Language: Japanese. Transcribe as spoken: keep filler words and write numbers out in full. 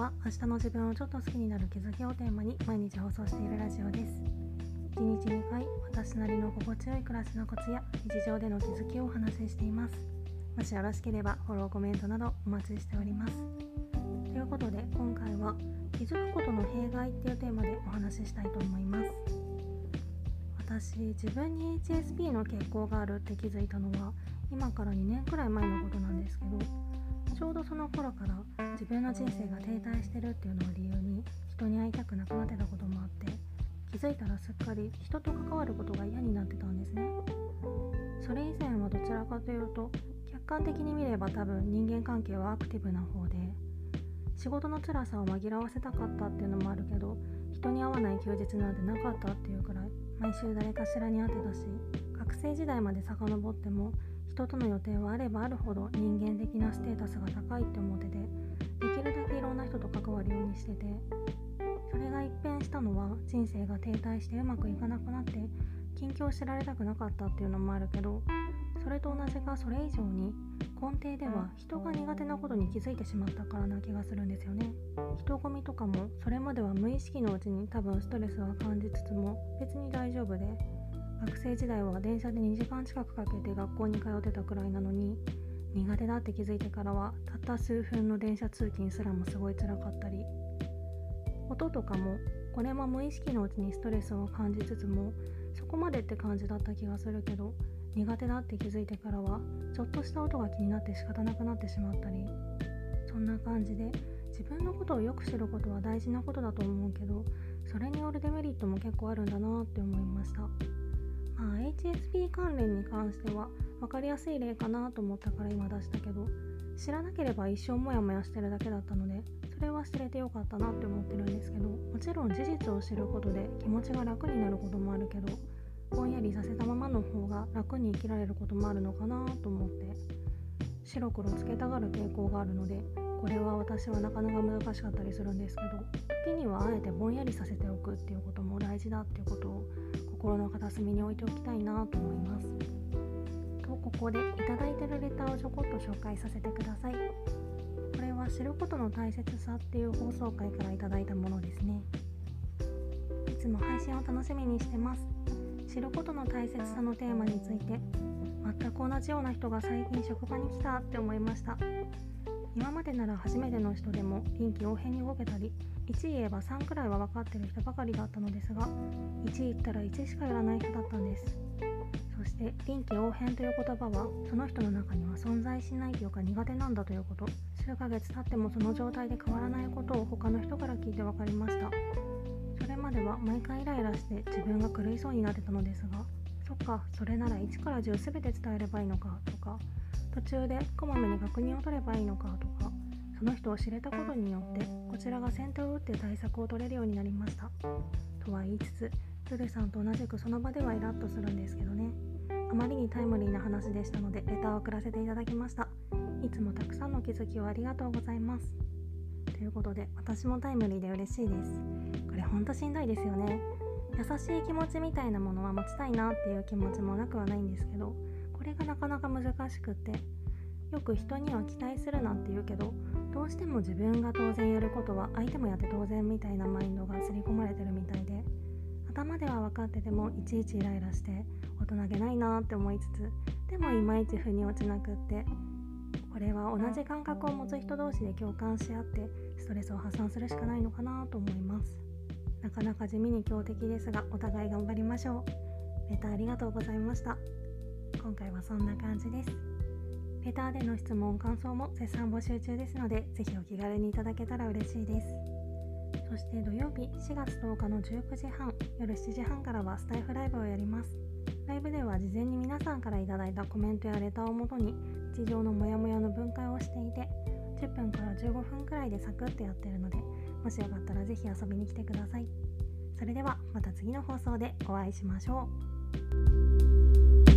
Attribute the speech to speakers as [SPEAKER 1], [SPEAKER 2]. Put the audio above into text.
[SPEAKER 1] は明日の自分をちょっと好きになる気づきをテーマに毎日放送しているラジオです。いちにちにかい、私なりの心地よい暮らしのコツや日常での気づきをお話ししています。もしよろしければフォロー、コメントなどお待ちしております。ということで今回は気づくことの弊害っていうテーマでお話ししたいと思います。私、自分に エイチエスピー の傾向があるって気づいたのは今からにねんくらい前のことなんですけど、ちょうどその頃から自分の人生が停滞してるっていうのを理由に人に会いたくなくなってたこともあって、気づいたらすっかり人と関わることが嫌になってたんですね。それ以前はどちらかというと客観的に見れば多分人間関係はアクティブな方で、仕事の辛さを紛らわせたかったっていうのもあるけど、人に会わない休日なんてなかったっていうくらい毎週誰かしらに会ってたし、学生時代まで遡っても人との予定はあればあるほど人間的なステータスが高いって思ってて、できるだけいろんな人と関わるようにしてて、それが一変したのは人生が停滞してうまくいかなくなって近況を知られたくなかったっていうのもあるけど、それと同じかそれ以上に根底では人が苦手なことに気づいてしまったからな気がするんですよね。人混みとかもそれまでは無意識のうちに多分ストレスは感じつつも別に大丈夫で、学生時代は電車でにじかん近くかけて学校に通ってたくらいなのに、苦手だって気づいてからはたった数分の電車通勤すらもすごい辛かったり、音とかもこれも無意識のうちにストレスを感じつつもそこまでって感じだった気がするけど、苦手だって気づいてからはちょっとした音が気になって仕方なくなってしまったり、そんな感じで自分のことをよく知ることは大事なことだと思うけど、それによるデメリットも結構あるんだなって思いました。まあ、エイチエスピー 関連に関しては分かりやすい例かなと思ったから今出したけど、知らなければ一生モヤモヤしてるだけだったので、それは知れてよかったなって思ってるんですけど、もちろん事実を知ることで気持ちが楽になることもあるけど、ぼんやりさせたままの方が楽に生きられることもあるのかなと思って、白黒つけたがる傾向があるので、これは私はなかなか難しかったりするんですけど、時にはあえてぼんやりさせておくっていうことも大事だっていうことを心の片隅に置いておきたいなと思います。と、ここでいただいているレターをちょこっと紹介させてください。これは知ることの大切さっていう放送回からいただいたものですね。いつも配信を楽しみにしてます。知ることの大切さのテーマについて、全く同じような人が最近職場に来たって思いました。今までなら初めての人でも臨機応変に動けたり、いち言えばさんくらいは分かってる人ばかりだったのですが、いち言ったらいちしかやらない人だったんです。そして臨機応変という言葉はその人の中には存在しないというか苦手なんだということ、数ヶ月経ってもその状態で変わらないことを他の人から聞いて分かりました。それまでは毎回イライラして自分が狂いそうになってたのですが、そっか、それならいちからじゅう全て伝えればいいのかとか、途中でこまめに確認を取ればいいのかとか、その人を知れたことによってこちらが先手を打って対策を取れるようになりました。とは言いつつ、ルルさんと同じくその場ではイラッとするんですけどね。あまりにタイムリーな話でしたのでレターを送らせていただきました。いつもたくさんの気づきをありがとうございます。ということで、私もタイムリーで嬉しいです。これほんとしんどいですよね。優しい気持ちみたいなものは持ちたいなっていう気持ちもなくはないんですけど、これがなかなか難しくって、よく人には期待するなって言うけど、どうしても自分が当然やることは相手もやって当然みたいなマインドが刷り込まれてるみたいで、頭では分かっててもいちいちイライラして大人げないなって思いつつ、でもいまいち腑に落ちなくって、これは同じ感覚を持つ人同士で共感し合ってストレスを発散するしかないのかなと思います。なかなか地味に強敵ですが、お互い頑張りましょう。レターありがとうございました。今回はそんな感じです。レターでの質問感想も絶賛募集中ですので、ぜひお気軽にいただけたら嬉しいです。そして土曜日しがつとおかのじゅうくじはん、夜しちじはんからはスタイフライブをやります。ライブでは事前に皆さんからいただいたコメントやレターをもとに日常のモヤモヤの分解をしていて、じゅっぷんからじゅうごふんくらいでサクッとやっているので、もしよかったらぜひ遊びに来てください。それではまた次の放送でお会いしましょう。